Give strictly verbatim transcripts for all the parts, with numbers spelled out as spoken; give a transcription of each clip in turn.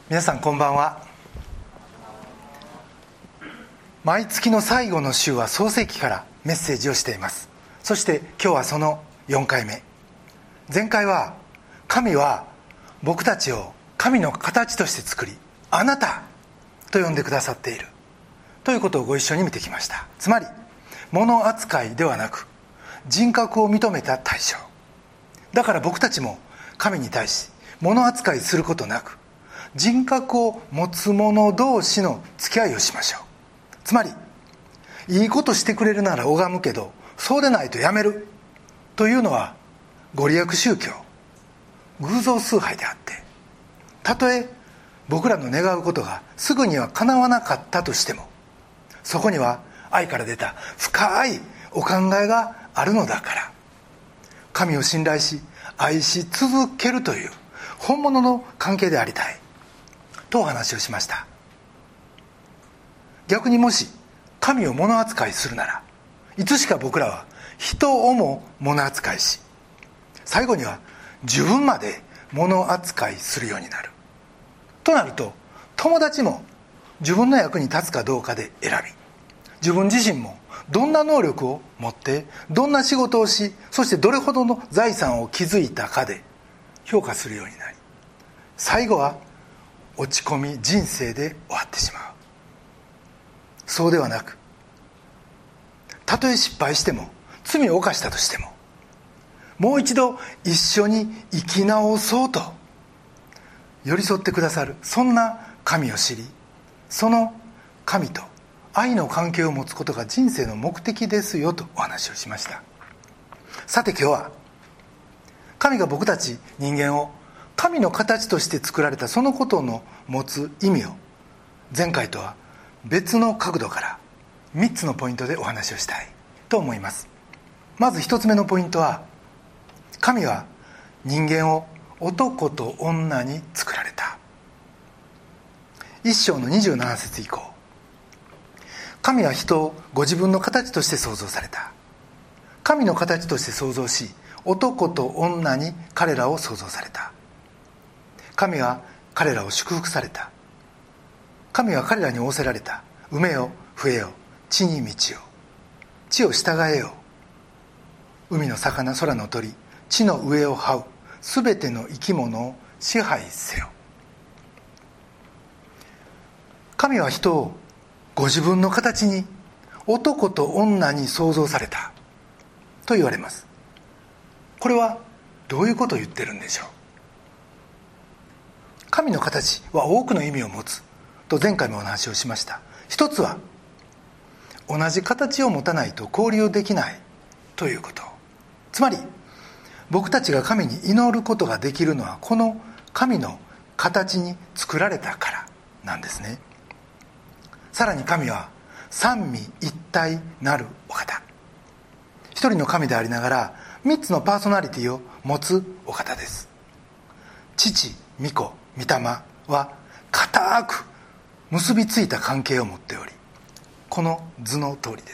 皆さんこんばんは。毎月の最後の週は創世記からメッセージをしています。そして今日はそのよんかいめ。前回は神は僕たちを神の形として作り、あなたと呼んでくださっているということをご一緒に見てきました。つまり物扱いではなく人格を認めた対象だから、僕たちも神に対し物扱いすることなく人格を持つ者同士の付き合いをしましょう。つまりいいことしてくれるなら拝むけど、そうでないとやめるというのはご利益宗教、偶像崇拝であって、たとえ僕らの願うことがすぐには叶わなかったとしても、そこには愛から出た深いお考えがあるのだから、神を信頼し愛し続けるという本物の関係でありたいとお話をしました。逆にもし神を物扱いするなら、いつしか僕らは人をも物扱いし、最後には自分まで物扱いするようになるとなると、友達も自分の役に立つかどうかで選び、自分自身もどんな能力を持ってどんな仕事をし、そしてどれほどの財産を築いたかで評価するようになり、最後は落ち込み人生で終わってしまう。そうではなく、たとえ失敗しても罪を犯したとしても、もう一度一緒に生き直そうと寄り添ってくださる、そんな神を知り、その神と愛の関係を持つことが人生の目的ですよとお話をしました。さて今日は神が僕たち人間を神の形として作られたそのことの持つ意味を、前回とは別の角度からみっつのポイントでお話をしたいと思います。まずひとつめのポイントは、神は人間を男と女に作られた。一章のにじゅうなな節以降、神は人をご自分の形として創造された。神の形として創造し、男と女に彼らを創造された。神は彼らを祝福された。神は彼らに仰せられた。埋めよ、増えよ、地に満ちよ、地を従えよ。海の魚、空の鳥、地の上を這うすべての生き物を支配せよ。神は人をご自分の形に、男と女に創造されたと言われます。これはどういうことを言ってるんでしょう。神の形は多くの意味を持つと前回もお話をしました。一つは同じ形を持たないと交流できないということ。つまり僕たちが神に祈ることができるのは、この神の形に作られたからなんですね。さらに神は三位一体なるお方、一人の神でありながら三つのパーソナリティを持つお方です。父、御子、御霊は固く結びついた関係を持っており、この図の通りです。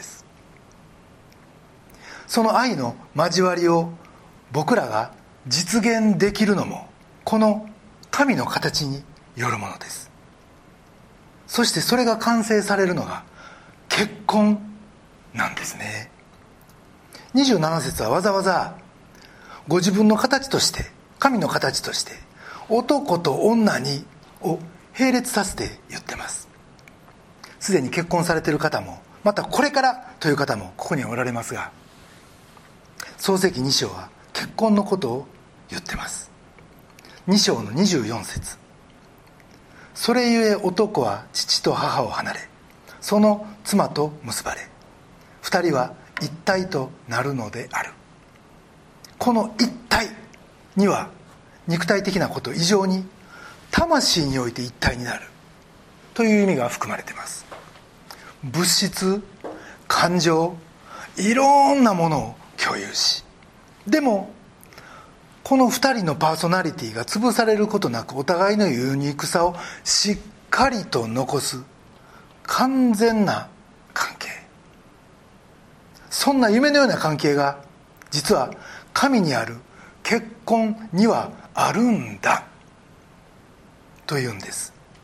その愛の交わりを僕らが実現できるのも、この神の形によるものです。そしてそれが完成されるのが結婚なんですね。にじゅうなな節はわざわざご自分の形として、神の形として男と女にを並列させて言ってます。すでに結婚されている方も、またこれからという方もここにはおられますが、創世記に章は結婚のことを言ってます。に章のにじゅうよん節、それゆえ男は父と母を離れ、その妻と結ばれ、二人は一体となるのである。この一体には肉体的なこと以上に魂において一体になるという意味が含まれています。物質、感情、いろんなものを共有し、でもこの二人のパーソナリティが潰されることなく、お互いのユニークさをしっかりと残す完全な関係。そんな夢のような関係が実は神にある結婚にはあるんだというんです。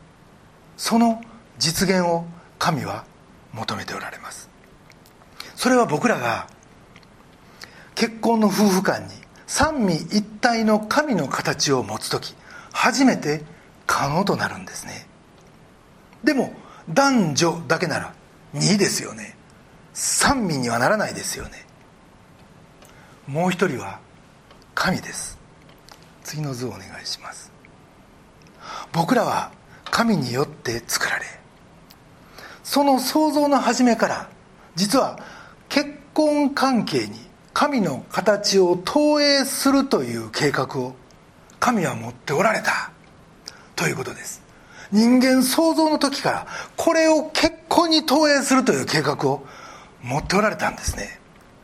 その実現を神は求めておられます。それは僕らが結婚の夫婦間に三位一体の神の形を持つとき初めて可能となるんですね。でも男女だけならにですよね。三位にはならないですよね。もう一人は神です。次の図をお願いします。僕らは神によって作られ、その創造の初めから実は結婚関係に神の形を投影するという計画を神は持っておられたということです。人間創造の時からこれを結婚に投影するという計画を持っておられたんですね。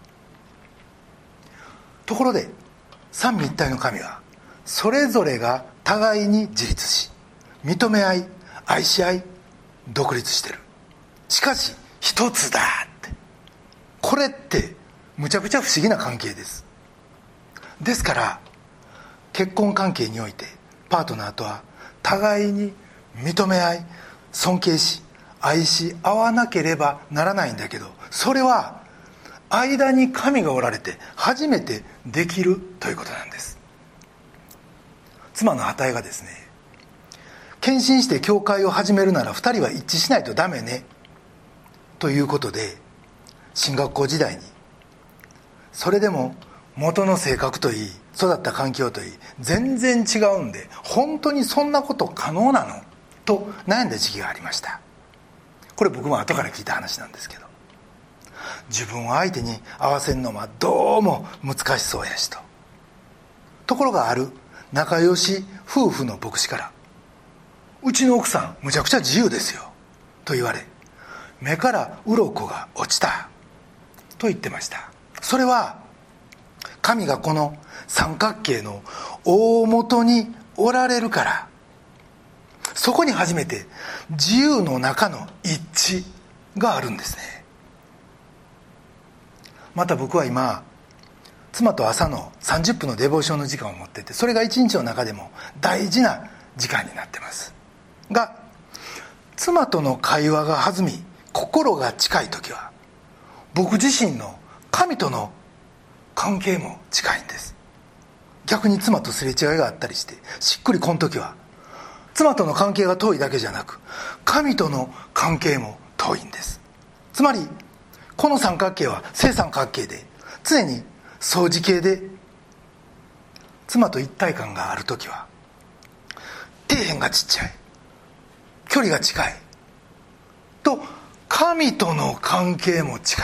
ところで三位一体の神はそれぞれが互いに自立し認め合い愛し合い独立してる。しかし一つだって、これってむちゃくちゃ不思議な関係です。ですから結婚関係においてパートナーとは互いに認め合い尊敬し愛し合わなければならないんだけど、それは間に神がおられて初めてできるということなんです。妻の値がですね、献身して教会を始めるならふたりは一致しないとダメねということで、進学校時代にそれでも元の性格といい育った環境といい全然違うんで、本当にそんなこと可能なのと悩んだ時期がありました。これ僕も後から聞いた話なんですけど、自分を相手に合わせるのはどうも難しそうやしと。ところがある仲良し夫婦の牧師から、うちの奥さんむちゃくちゃ自由ですよと言われ、目から鱗が落ちたと言ってました。それは神がこの三角形の大元におられるから、そこに初めて自由の中の一致があるんですね。また僕は今妻と朝のさんじゅっぷんのデボーションの時間を持ってて、それが一日の中でも大事な時間になってますが、妻との会話が弾み心が近い時は僕自身の神との関係も近いんです。逆に妻とすれ違いがあったりしてしっくりこん時は、妻との関係が遠いだけじゃなく神との関係も遠いんです。つまりこの三角形は正三角形で常に相似形で、妻と一体感がある時は底辺がちっちゃい、距離が近いと神との関係も近い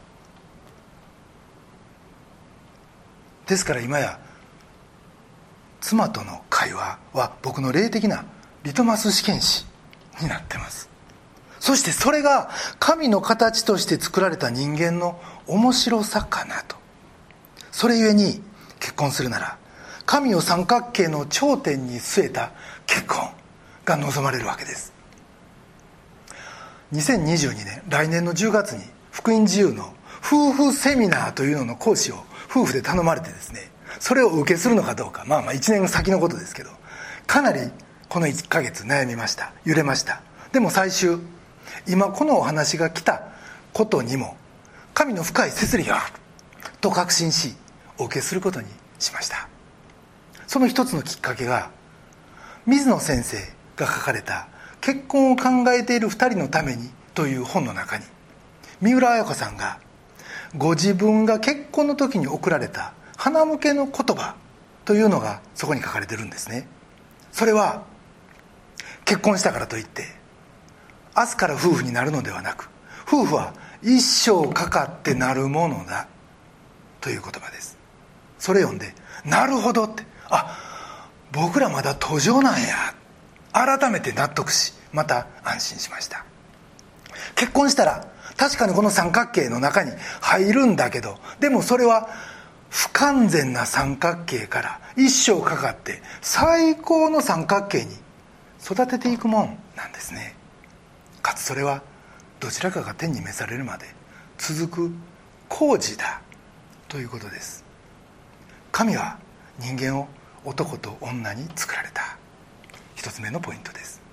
ですから、今や妻との会話は僕の霊的なリトマス試験紙になってます。そしてそれが神の形として作られた人間の面白さかなと。それゆえに結婚するなら神を三角形の頂点に据えた結婚が望まれるわけです。にせんにじゅうにねん来年のじゅうがつに福音自由の夫婦セミナーというのの講師を夫婦で頼まれてですね、それをお受けするのかどうか、まあまあいちねん先のことですけど、かなりこのいっかげつ悩みました。揺れました。でも最終今このお話が来たことにも神の深い摂理があると確信しお受けすることにしました。その一つのきっかけが水野先生が書かれた結婚を考えている二人のためにという本の中に、三浦綾子さんがご自分が結婚の時に贈られた花向けの言葉というのがそこに書かれてるんですね。それは結婚したからといって明日から夫婦になるのではなく、夫婦は一生かかってなるものだという言葉です。それ読んでなるほどって、あ、僕らまだ途上なんや、改めて納得しまた安心しました。結婚したら確かにこの三角形の中に入るんだけど、でもそれは不完全な三角形から一生かかって最高の三角形に育てていくもんなんですね。かつそれはどちらかが天に召されるまで続く工事だということです。神は人間を男と女に作られた。一つ目のポイントです。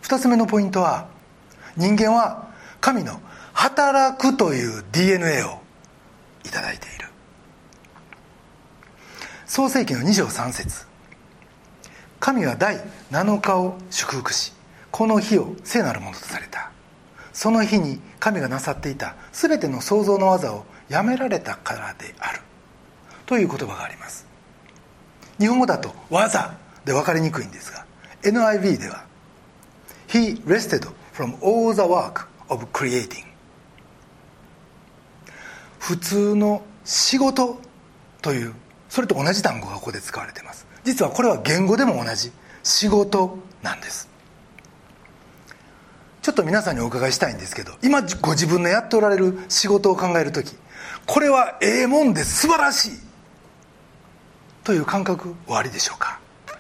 ふたつめのポイントは、人間は神の働くという ディーエヌエー をいただいている。創世記のに章さん節、神は第なのかを祝福し、この日を聖なるものとされた。その日に神がなさっていたすべての創造の技をやめられたからであるという言葉があります。日本語だと技で分かりにくいんですが、 エヌアイブイ では He rested from all the work of creating。 普通の仕事という、それと同じ単語がここで使われています。実はこれは言語でも同じ仕事なんです。ちょっと皆さんにお伺いしたいんですけど、今ご自分のやっておられる仕事を考えるとき、これはええもんで素晴らしいという感覚おありでしょうか。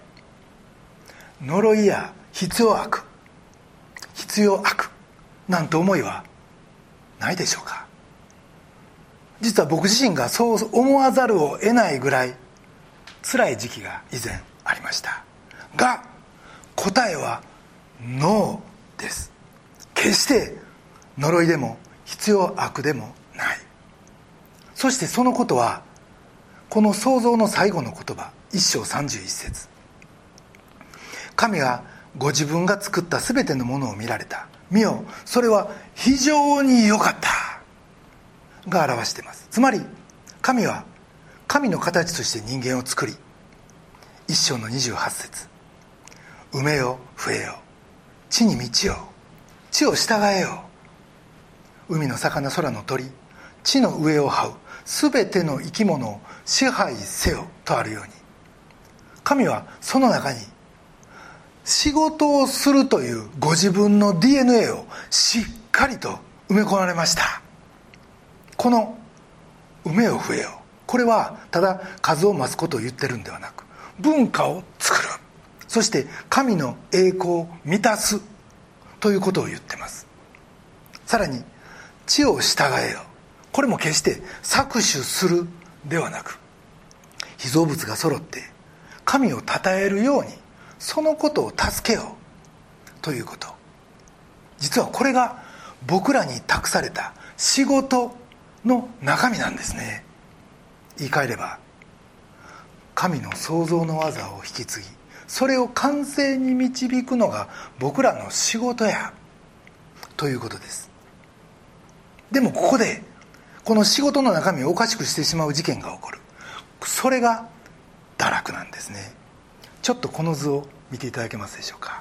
呪いや必要悪、必要悪なんて思いはないでしょうか。実は僕自身がそう思わざるを得ないぐらい辛い時期が以前ありましたが、答えはノーです。決して呪いでも必要悪でもない。そしてそのことはこの創造の最後の言葉、いっ章さんじゅういち節、神がご自分が作ったすべてのものを見られた、見よそれは非常に良かったが表しています。つまり神は神の形として人間を作り、いっ章のにじゅうはち節、埋めよ増えよ地に満ちよ地を従えよ、海の魚空の鳥地の上を這うすべての生き物を支配せよとあるように、神はその中に仕事をするというご自分の ディーエヌエー をしっかりと埋め込まれました。この埋めよ増えよ、これはただ数を増すことを言ってるんではなく、文化を作る、そして神の栄光を満たすということを言ってます。さらに地を従えよ、これも決して搾取するではなく、被造物が揃って神を称えるようにそのことを助けようということ。実はこれが僕らに託された仕事の中身なんですね。言い換えれば、神の創造の技を引き継ぎ、それを完成に導くのが僕らの仕事やということです。でもここでこの仕事の中身をおかしくしてしまう事件が起こる。それが堕落なんですね。ちょっとこの図を見ていただけますでしょうか。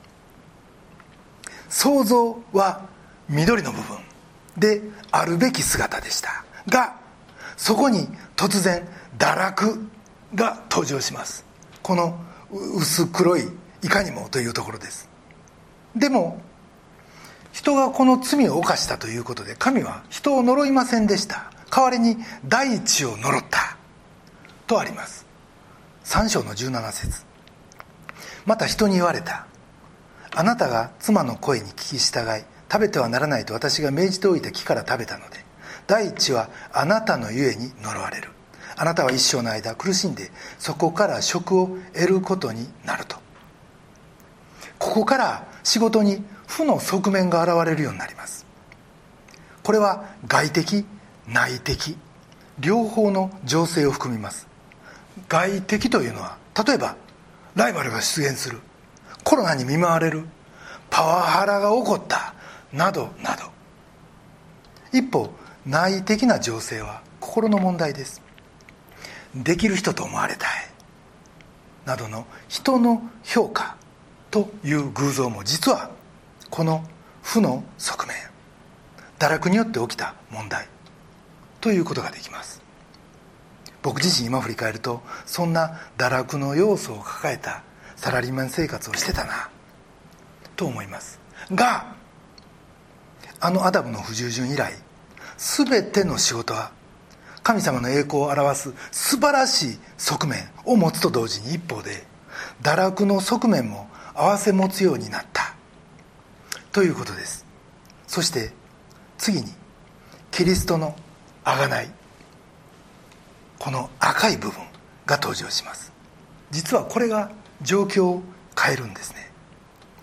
創造は緑の部分であるべき姿でしたが、そこに突然堕落が登場します。この薄黒いいかにもというところです。でも人がこの罪を犯したということで、神は人を呪いませんでした。代わりに大地を呪ったとあります。さん章のじゅうなな節、また人に言われた、あなたが妻の声に聞き従い食べてはならないと私が命じておいた木から食べたので、大地はあなたのゆえに呪われる。あなたは一生の間苦しんでそこから食を得ることになると。ここから仕事に負の側面が現れるようになります。これは外的内的両方の情勢を含みます。外的というのは、例えばライバルが出現する、コロナに見舞われる、パワハラが起こったなどなど。一方内的な情勢は心の問題です。できる人と思われたいなどの人の評価という偶像も実はこの負の側面、堕落によって起きた問題ということができます。僕自身今振り返ると、そんな堕落の要素を抱えたサラリーマン生活をしてたなと思いますが、あのアダムの不従順以来、全ての仕事は神様の栄光を表す素晴らしい側面を持つと同時に、一方で堕落の側面も併せ持つようになったということです。そして次にキリストの贖い、この赤い部分が登場します。実はこれが状況を変えるんですね。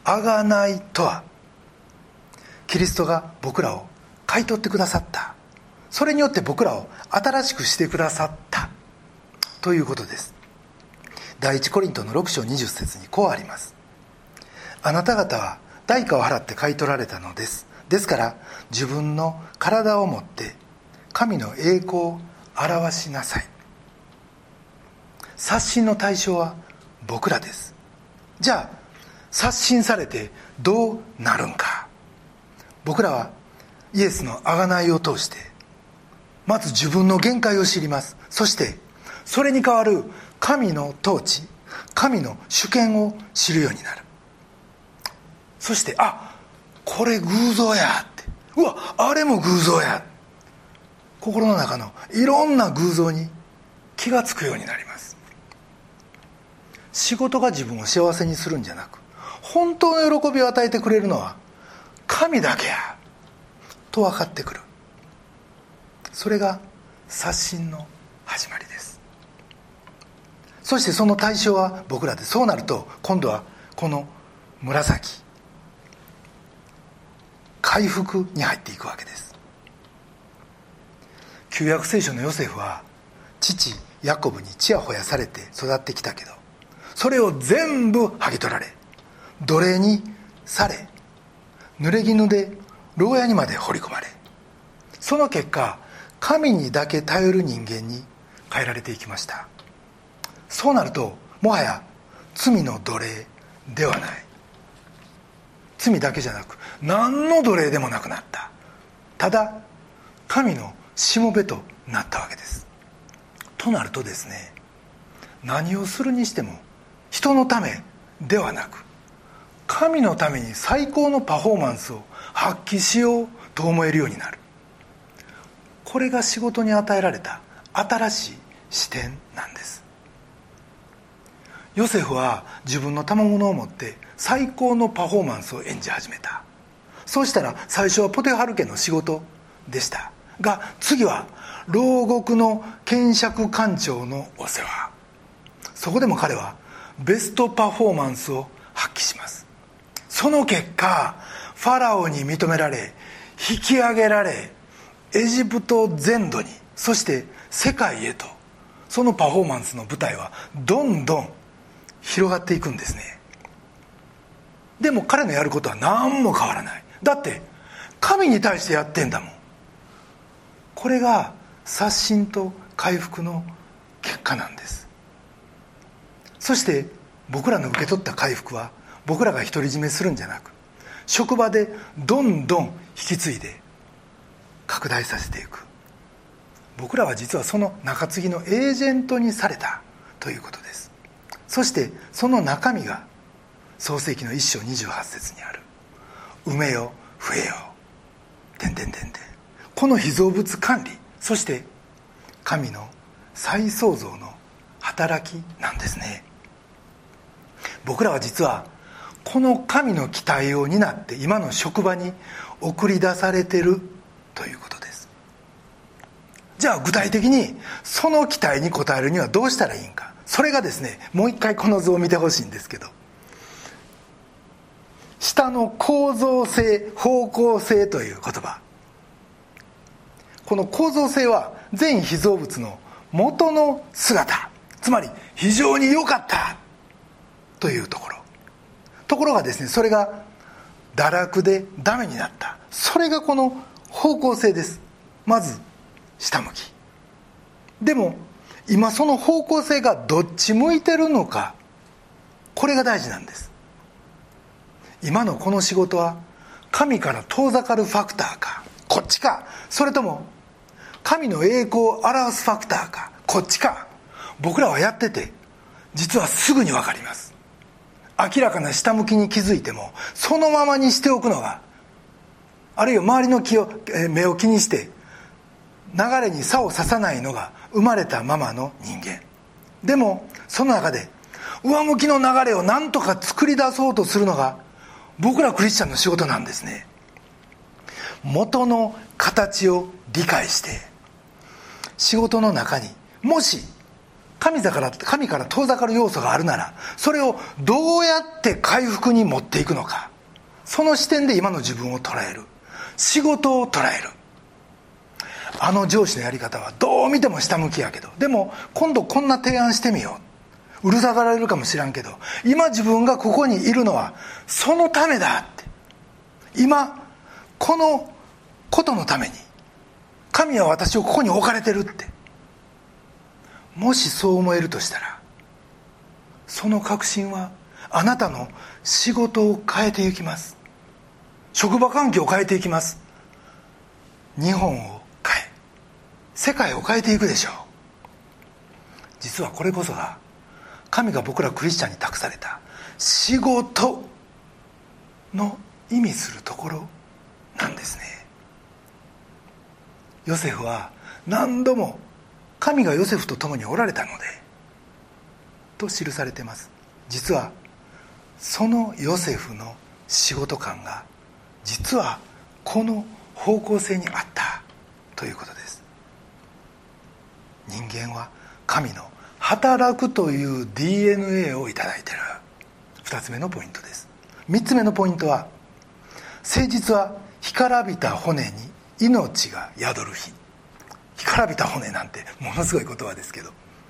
贖いとは、キリストが僕らを買い取ってくださった、それによって僕らを新しくしてくださったということです。第一コリントのろく章にじゅっ節にこうあります。あなた方は代価を払って買い取られたのです。ですから自分の体をもって神の栄光を表しなさい。刷新の対象は僕らです。じゃあ刷新されてどうなるんか。僕らはイエスの贖いを通してまず自分の限界を知ります。そしてそれに代わる神の統治、神の主権を知るようになる。そしてあ、これ偶像やって、うわ、あれも偶像や、心の中のいろんな偶像に気がつくようになります。仕事が自分を幸せにするんじゃなく、本当の喜びを与えてくれるのは神だけやと分かってくる。それが刷新の始まりです。そしてその対象は僕らで、そうなると今度はこの紫、回復に入っていくわけです。旧約聖書のヨセフは父ヤコブにちやほやされて育ってきたけど、それを全部剥ぎ取られ、奴隷にされ、濡れ衣で牢屋にまで放り込まれ、その結果神にだけ頼る人間に変えられていきました。そうなるともはや罪の奴隷ではない、罪だけじゃなく何の奴隷でもなくなった、ただ神のしもべとなったわけです。となるとですね、何をするにしても人のためではなく神のために最高のパフォーマンスを発揮しようと思えるようになる。これが仕事に与えられた新しい視点なんです。ヨセフは自分の賜物を持って最高のパフォーマンスを演じ始めた。そうしたら最初はポテファル家の仕事でしたが、次は牢獄の検釈官長のお世話。そこでも彼はベストパフォーマンスを発揮します。その結果ファラオに認められ、引き上げられ、エジプト全土に、そして世界へと、そのパフォーマンスの舞台はどんどん広がっていくんですね。でも彼のやることは何も変わらない。だって神に対してやってんだもん。これが刷新と回復の結果なんです。そして僕らの受け取った回復は僕らが独り占めするんじゃなく、職場でどんどん引き継いで拡大させていく。僕らは実はその中継ぎのエージェントにされたということです。そしてその中身が創世記の一章にじゅうはち節にある埋めよ増えよてんてんてんてん、この被造物管理、そして神の再創造の働きなんですね。僕らは実はこの神の期待を担って今の職場に送り出されているということです。じゃあ具体的にその期待に応えるにはどうしたらいいんか。それがですね、もう一回この図を見てほしいんですけど、下の構造性、方向性という言葉、この構造性は全被造物の元の姿、つまり非常に良かったというところ。ところがですね、それが堕落でダメになった、それがこの方向性です。まず下向き。でも今その方向性がどっち向いてるのか、これが大事なんです。今のこの仕事は神から遠ざかるファクターか、こっちか、それとも神の栄光を表すファクターか、こっちか。僕らはやってて実はすぐに分かります。明らかな下向きに気づいてもそのままにしておくのが、あるいは周りの気を目を気にして流れに差を刺さないのが生まれたままの人間でも、その中で上向きの流れを何とか作り出そうとするのが僕らクリスチャンの仕事なんですね。元の形を理解して、仕事の中にもし神から神から遠ざかる要素があるなら、それをどうやって回復に持っていくのか、その視点で今の自分を捉える、仕事を捉える。あの上司のやり方はどう見ても下向きやけど、でも今度こんな提案してみよう、うるさがられるかもしらんけど、今自分がここにいるのはそのためだって、今このことのために神は私をここに置かれてるって、もしそう思えるとしたら、その確信はあなたの仕事を変えていきます。職場環境を変えていきます。日本を変え、世界を変えていくでしょう。実はこれこそが神が僕らクリスチャンに託された仕事の意味するところなんですね。ヨセフは何度も神がヨセフと共におられたのでと記されています。実はそのヨセフの仕事観が実はこの方向性にあったということです。人間は神の働くという ディーエヌエー をいただいている。二つ目のポイントです。三つ目のポイントは、誠実は干からびた骨に命が宿る日。干からびた骨なんてものすごい言葉ですけど、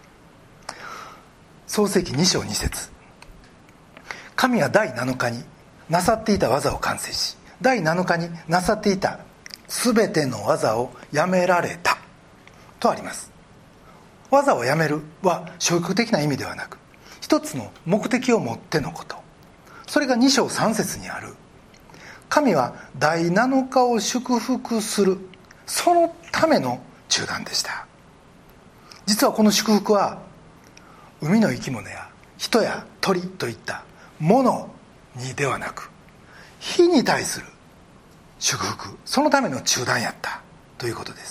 創世記に章に節、神は第なのかになさっていた技を完成し、第なのかになさっていたすべての技をやめられたとあります。技をやめるは消極的な意味ではなく、一つの目的を持ってのこと。それがに章さん節にある、神は第なのかを祝福する、そのための中断でした。実はこの祝福は海の生き物や人や鳥といったものにではなく、火に対する祝福、そのための中断やったということです。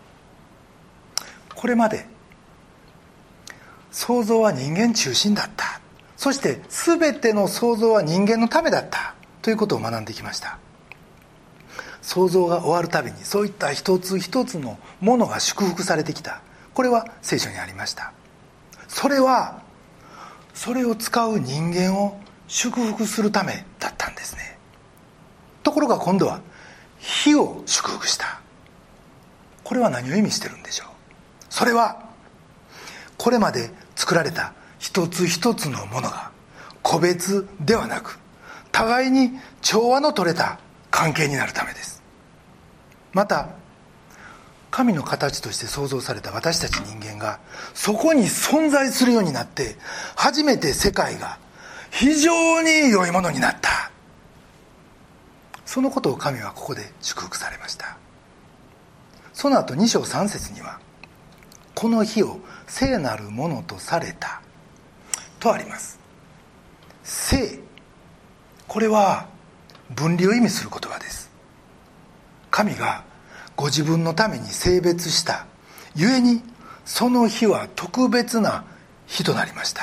これまで創造は人間中心だった、そして全ての創造は人間のためだったということを学んできました。創造が終わるたびにそういった一つ一つのものが祝福されてきた。これは聖書にありました。それはそれを使う人間を祝福するためだったんですね。ところが今度は火を祝福した。これは何を意味してるんでしょう。それはこれまで作られた一つ一つのものが個別ではなく、互いに調和の取れた関係になるためです。また神の形として創造された私たち人間がそこに存在するようになって、初めて世界が非常に良いものになった。そのことを神はここで祝福されました。その後に章さん節には、この日を聖なるものとされたとあります。聖、これは分離を意味する言葉です。神がご自分のために性別したゆえに、その日は特別な日となりました。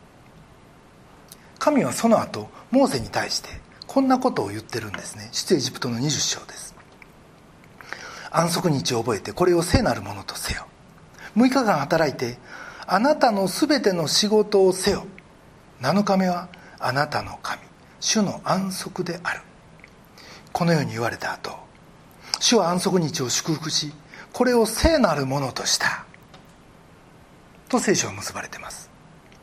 神はその後モーセに対してこんなことを言ってるんですね。出エジプトのにじゅっ章です。安息日を覚えてこれを聖なるものとせよ。むいかかん働いてあなたのすべての仕事をせよ。なのかめはあなたの神主の安息である。このように言われた後、主は安息日を祝福し、これを聖なるものとしたと聖書は結ばれています。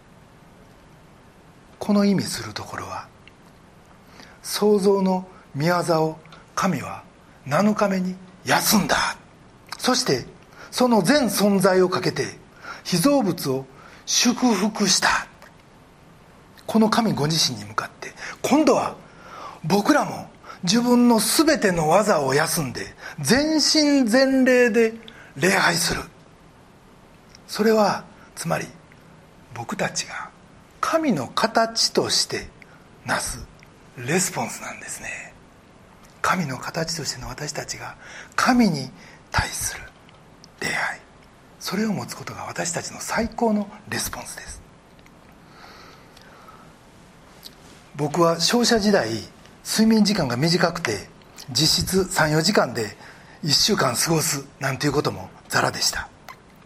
この意味するところは、創造の御業を神はなのかめに休んだ。そしてその全存在をかけて被造物を祝福した。この神ご自身に向かって、今度は僕らも自分の全ての技を休んで全身全霊で礼拝する。それはつまり僕たちが神の形としてなすレスポンスなんですね。神の形としての私たちが神に対する礼拝、それを持つことが私たちの最高のレスポンスです。僕は商社時代、睡眠時間が短くて実質 さん,よ 時間でいっしゅうかん過ごすなんていうこともザラでした。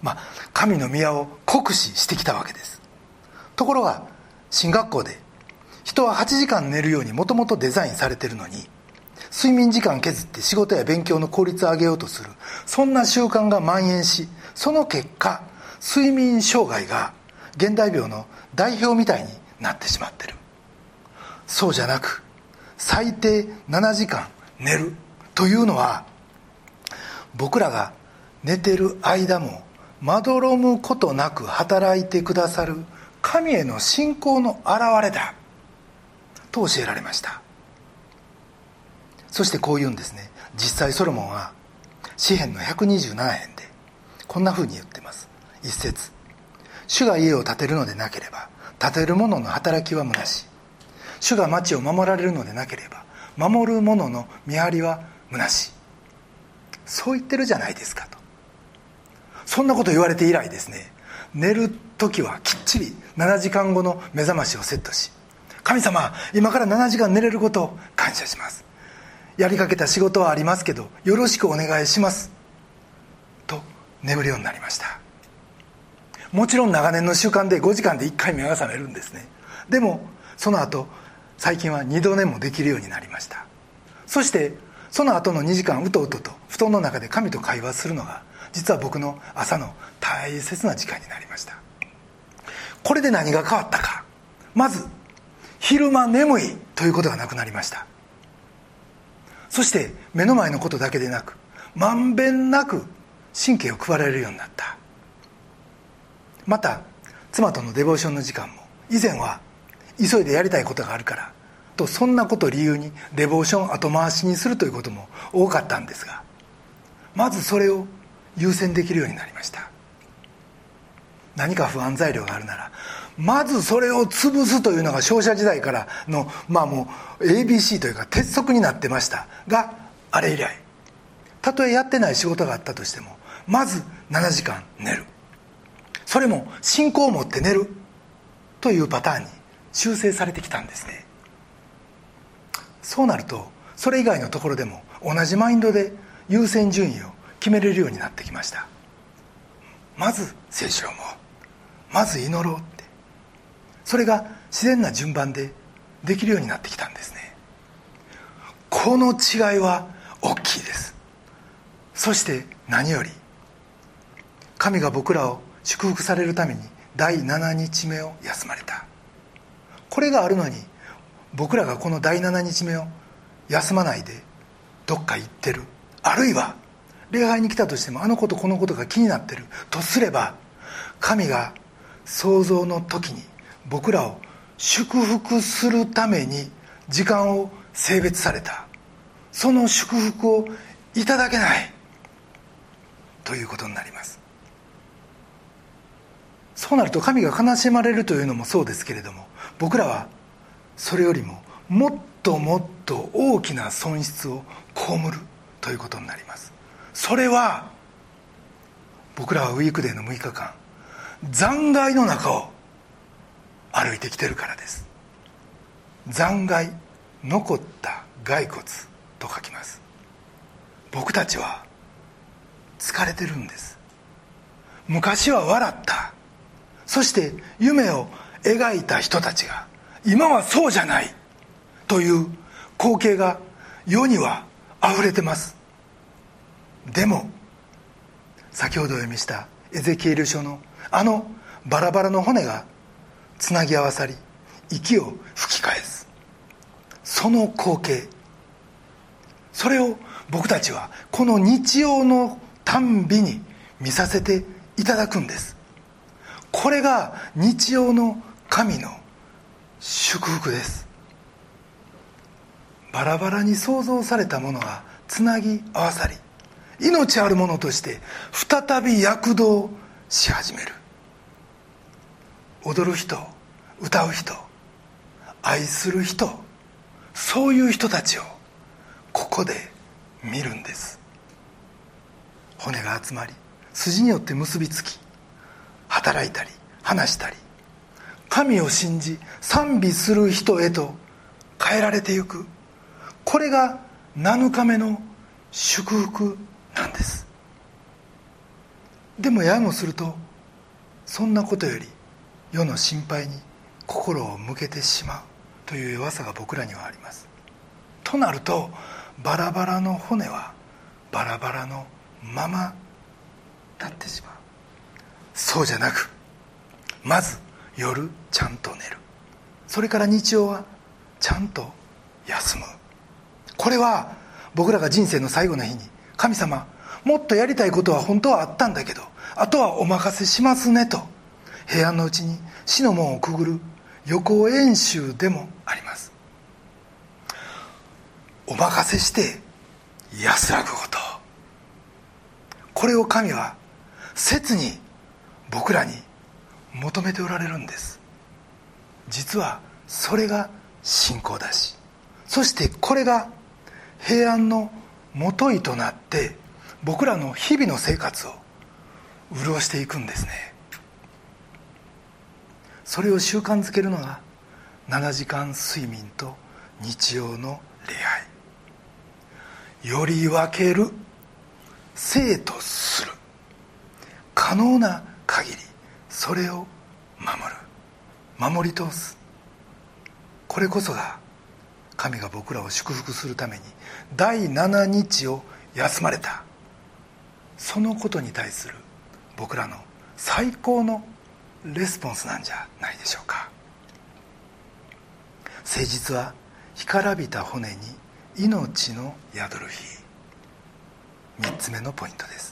まあ、神の宮を酷使してきたわけです。ところが神学校で人ははちじかん寝るようにもともとデザインされているのに、睡眠時間削って仕事や勉強の効率を上げようとする、そんな習慣が蔓延し、その結果睡眠障害が現代病の代表みたいになってしまっている。そうじゃなく、最低ななじかん寝るというのは、僕らが寝てる間もまどろむことなく働いてくださる神への信仰の表れだと教えられました。そしてこう言うんですね。実際ソロモンは詩編のひゃくにじゅうなな編でこんな風に言ってます。一節、主が家を建てるのでなければ建てる者の働きは虚し、主が町を守られるのでなければ守る者の見張りは虚し。そう言ってるじゃないですかと。そんなこと言われて以来ですね、寝る時はきっちりななじかんごの目覚ましをセットし、神様、今からななじかん寝れることを感謝します、やりかけた仕事はありますけどよろしくお願いしますと眠るようになりました。もちろん長年の習慣でごじかんでいっかい目が覚めるんですね。でもその後最近はにど寝もできるようになりました。そしてその後のにじかんうとうとと布団の中で神と会話するのが実は僕の朝の大切な時間になりました。これで何が変わったか。まず昼間眠いということがなくなりました。そして目の前のことだけでなくまんべんなく神経を配られるようになった。また妻とのデボーションの時間も、以前は急いでやりたいことがあるからとそんなことを理由にデボーション後回しにするということも多かったんですが、まずそれを優先できるようになりました。何か不安材料があるならまずそれを潰すというのが商社時代からのまあもう エービーシー というか鉄則になってましたが、あれ以来たとえやってない仕事があったとしてもまずななじかん寝る、それも信仰を持って寝るというパターンに修正されてきたんですね。そうなるとそれ以外のところでも同じマインドで優先順位を決めれるようになってきました。まず聖書を読もう、まず祈ろうって、それが自然な順番でできるようになってきたんですね。この違いは大きいです。そして何より神が僕らを祝福されるためにだいななにちめを休まれた。これがあるのに僕らがこのだいななにちめを休まないでどっか行ってる、あるいは礼拝に来たとしてもあのことこのことが気になってるとすれば、神が創造の時に僕らを祝福するために時間を性別された、その祝福をいただけないということになります。そうなると神が悲しまれるというのもそうですけれども、僕らはそれよりももっともっと大きな損失を被るということになります。それは僕らはウィークデーのむいかかん残骸の中を歩いてきてるからです。残骸、残った骸骨と書きます。僕たちは疲れてるんです。昔は笑った、そして夢を描いた人たちが今はそうじゃないという光景が世にはあふれてます。でも先ほどお読みしたエゼキエル書のあのバラバラの骨がつなぎ合わさり息を吹き返す、その光景、それを僕たちはこの日曜のたんびに見させていただくんです。これが日曜の神の祝福です。バラバラに創造されたものがつなぎ合わさり命あるものとして再び躍動し始める。踊る人、歌う人、愛する人、そういう人たちをここで見るんです。骨が集まり筋によって結びつき働いたり話したり神を信じ賛美する人へと変えられてゆく、これがなのかめの祝福なんです。 でもややもするとそんなことより世の心配に心を向けてしまうという弱さが僕らにはあります。となるとバラバラの骨はバラバラのままなってしまう。そうじゃなく、まず夜ちゃんと寝る、それから日曜はちゃんと休む。これは僕らが人生の最後の日に、神様もっとやりたいことは本当はあったんだけどあとはお任せしますねと平安のうちに死の門をくぐる予行演習でもあります。お任せして安らぐこと、これを神は切に僕らに求めておられるんです。実はそれが信仰だし、そしてこれが平安のもといとなって僕らの日々の生活を潤していくんですね。それを習慣づけるのがななじかん睡眠と日曜の礼拝。より分ける、生とする、可能な限りそれを守る、守り通す。これこそが神が僕らを祝福するためにだいななにちを休まれた、そのことに対する僕らの最高のレスポンスなんじゃないでしょうか。誠実は干からびた骨に命の宿る日。みっつめのポイントです。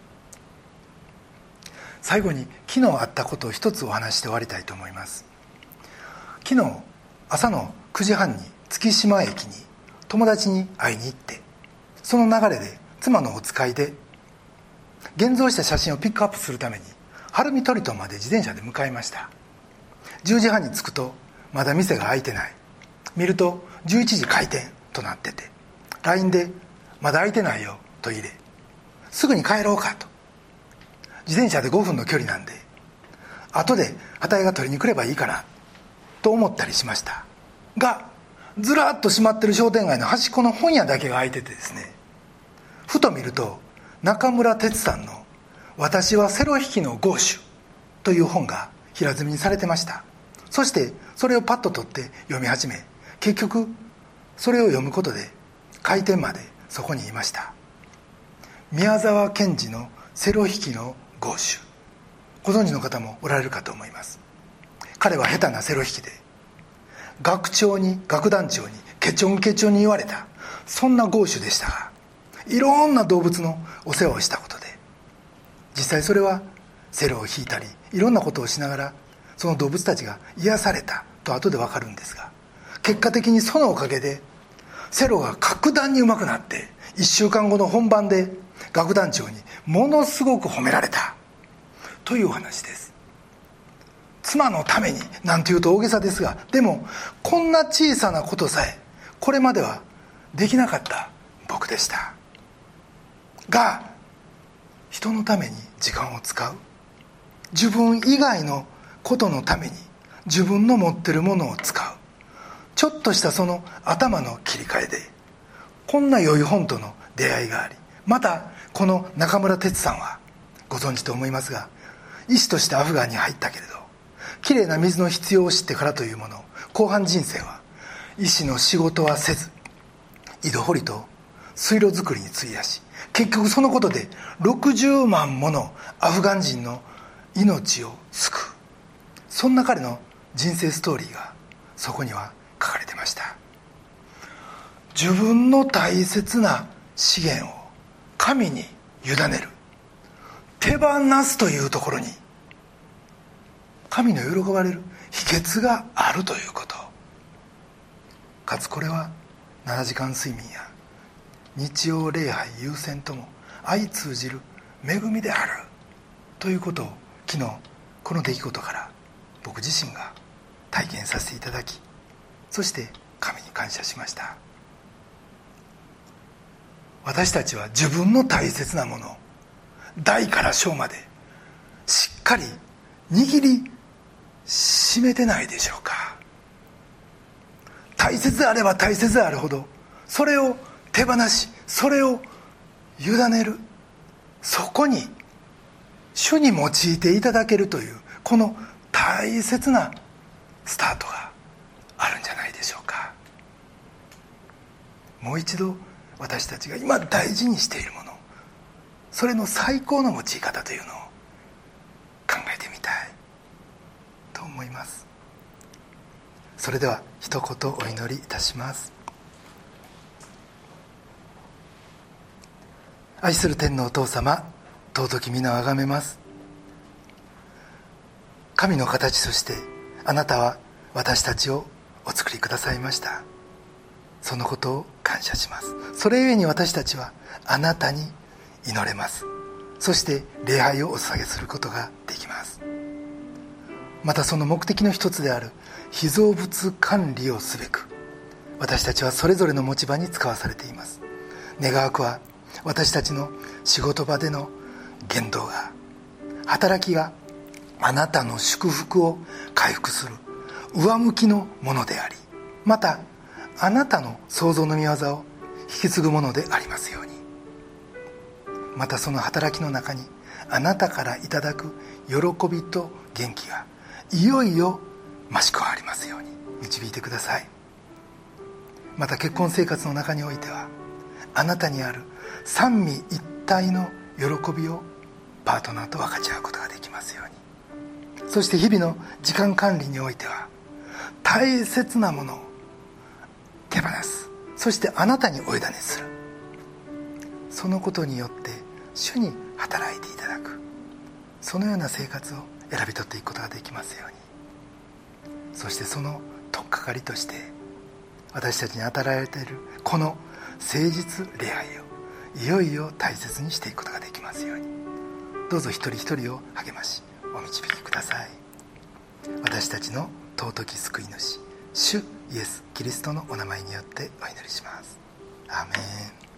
最後に昨日あったことを一つお話して終わりたいと思います。昨日朝のくじはんに月島駅に友達に会いに行って、その流れで妻のお使いで現像した写真をピックアップするために晴海トリトンまで自転車で向かいました。じゅうじはんに着くとまだ店が開いてない。見るとじゅういちじ開店となってて、 ライン でまだ開いてないよと入れ、すぐに帰ろうかと。自転車でごふんの距離なんで後で旗絵が取りに来ればいいかなと思ったりしましたが、ずらっと閉まってる商店街の端っこの本屋だけが開いててですね、ふと見ると中村哲さんの「私はセロ弾きのゴーシュ」という本が平積みにされてました。そしてそれをパッと取って読み始め、結局それを読むことで開店までそこにいました。宮沢賢治のセロ弾きのゴーシュ、ご存知の方もおられるかと思います。彼は下手なセロ弾きで学長に楽団長にケチョンケチョンに言われた、そんなゴーシュでしたが、いろんな動物のお世話をしたことで、実際それはセロを弾いたりいろんなことをしながらその動物たちが癒されたと後で分かるんですが、結果的にそのおかげでセロが格段に上手くなって、いっしゅうかんごの本番で楽団長にものすごく褒められたというお話です。妻のためになんていうと大げさですが、でもこんな小さなことさえこれまではできなかった僕でしたが、人のために時間を使う、自分以外のことのために自分の持ってるものを使う、ちょっとしたその頭の切り替えでこんな良い本との出会いがあり、またこの中村哲さんはご存知と思いますが、医師としてアフガンに入ったけれど、きれいな水の必要を知ってからというもの、後半人生は医師の仕事はせず井戸掘りと水路作りに費やし、結局そのことでろくじゅうまんものアフガン人の命を救う、そんな彼の人生ストーリーがそこには書かれてました。自分の大切な資源を神に委ねる、手放すというところに神の喜ばれる秘訣があるということ、かつこれはななじかん睡眠や日曜礼拝優先とも相通じる恵みであるということを、昨日この出来事から僕自身が体験させていただき、そして神に感謝しました。私たちは自分の大切なものを大から小までしっかり握りしめてないでしょうか。大切であれば大切であるほどそれを手放し、それを委ねる、そこに主に用いていただけるというこの大切なスタートがあるんじゃないでしょうか。もう一度私たちが今大事にしているもの、それの最高の用い方というのを考えてみたいと思います。それでは一言お祈りいたします。愛する天のお父様、尊き皆をあがめます。神の形としてあなたは私たちをお作りくださいました。そのことを感謝します。それゆえに私たちはあなたに祈れます。そして礼拝をお捧げすることができます。またその目的の一つである被造物管理をすべく、私たちはそれぞれの持ち場に使わされています。願わくは私たちの仕事場での言動が、働きがあなたの祝福を回復する上向きのものであり、またあなたの創造の御業を引き継ぐものでありますように。またその働きの中にあなたからいただく喜びと元気がいよいよ増し加わりますように導いてください。また結婚生活の中においてはあなたにある三位一体の喜びをパートナーと分かち合うことができますように。そして日々の時間管理においては大切なものを手放す、そしてあなたにお委ねする、そのことによって主に働いていただく、そのような生活を選び取っていくことができますように。そしてその取っかかりとして私たちに与えられているこの誠実礼拝をいよいよ大切にしていくことができますように。どうぞ一人一人を励ましお導きください。私たちの尊き救い主主イエス・キリストのお名前によってお祈りします。アーメン。